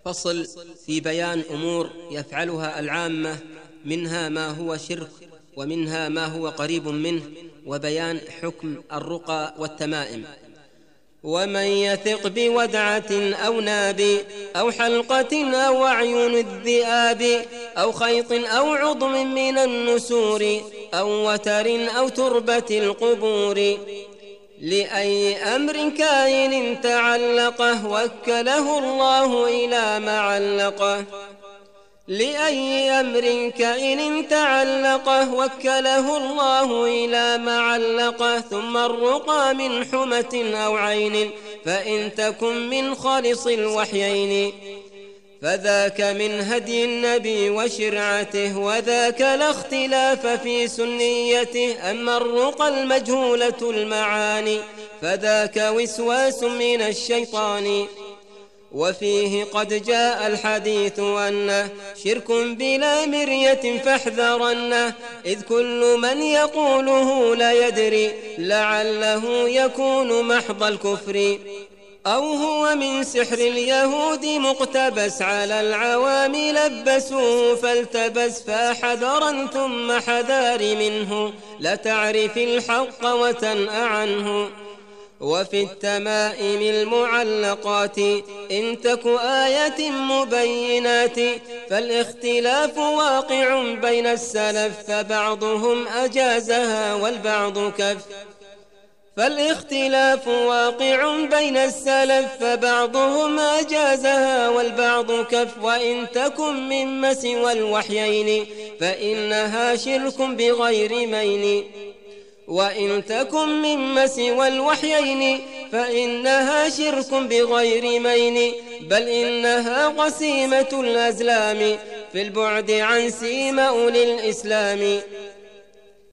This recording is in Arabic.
فصل في بيان أمور يفعلها العامة، منها ما هو شرك ومنها ما هو قريب منه، وبيان حكم الرقى والتمائم. ومن يثق بودعة أو ناب أو حلقة أو أعين الذئاب أو خيط أو عظم من النسور أو وتر أو تربة القبور، لأي أمر كائن تعلقه وكله الله إلى ما علقه. لأي أمر كائن تعلقه وكله الله إلى ما علقه. ثم الرقى من حمة أو عين، فإن تكن من خالص الوحيين، فذاك من هدي النبي وشرعته، وذاك لا اختلاف في سنيته. أما الرقى المجهولة المعاني، فذاك وسواس من الشيطان. وفيه قد جاء الحديث أنه شرك بلا مرية فاحذرنه، إذ كل من يقوله لا يدري لعله يكون محض الكفر، أو هو من سحر اليهود مقتبس، على العوام لبسوه فالتبس. فحذرا ثم حذار منه، لتعرف الحق وتنأ عنه. وفي التمائم المعلقات إن تك آية مبينات، فالاختلاف واقع بين السلف، فبعضهم أجازها والبعض كف. فالاختلاف واقع بين السلف، فبعضهم أجازها والبعض كف. وإن تكن مما سوى الوحيين، فإنها شرك بغير مين. وإن تكن مما سوى الوحيين، فإنها شرك بغير مين. بل إنها قسيمة الأزلام في البعد عن سيم أولي الإسلام.